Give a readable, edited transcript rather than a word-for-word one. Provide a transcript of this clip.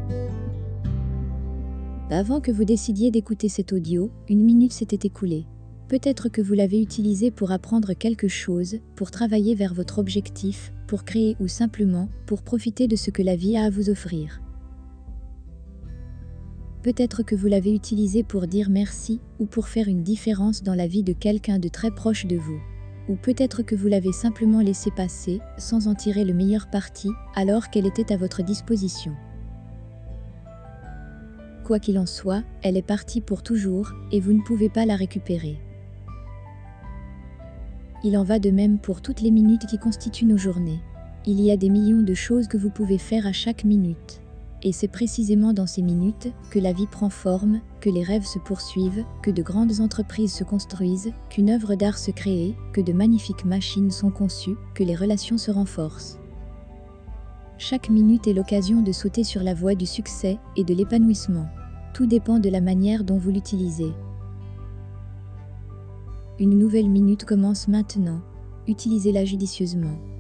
Avant que vous décidiez d'écouter cet audio, 1 minute s'était écoulée. Peut-être que vous l'avez utilisé pour apprendre quelque chose, pour travailler vers votre objectif, pour créer ou simplement pour profiter de ce que la vie a à vous offrir. Peut-être que vous l'avez utilisé pour dire merci ou pour faire une différence dans la vie de quelqu'un de très proche de vous. Ou peut-être que vous l'avez simplement laissé passer, sans en tirer le meilleur parti, alors qu'elle était à votre disposition. Quoi qu'il en soit, elle est partie pour toujours, et vous ne pouvez pas la récupérer. Il en va de même pour toutes les minutes qui constituent nos journées. Il y a des millions de choses que vous pouvez faire à chaque minute. Et c'est précisément dans ces minutes que la vie prend forme, que les rêves se poursuivent, que de grandes entreprises se construisent, qu'une œuvre d'art se crée, que de magnifiques machines sont conçues, que les relations se renforcent. Chaque minute est l'occasion de sauter sur la voie du succès et de l'épanouissement. Tout dépend de la manière dont vous l'utilisez. Une nouvelle minute commence maintenant. Utilisez-la judicieusement.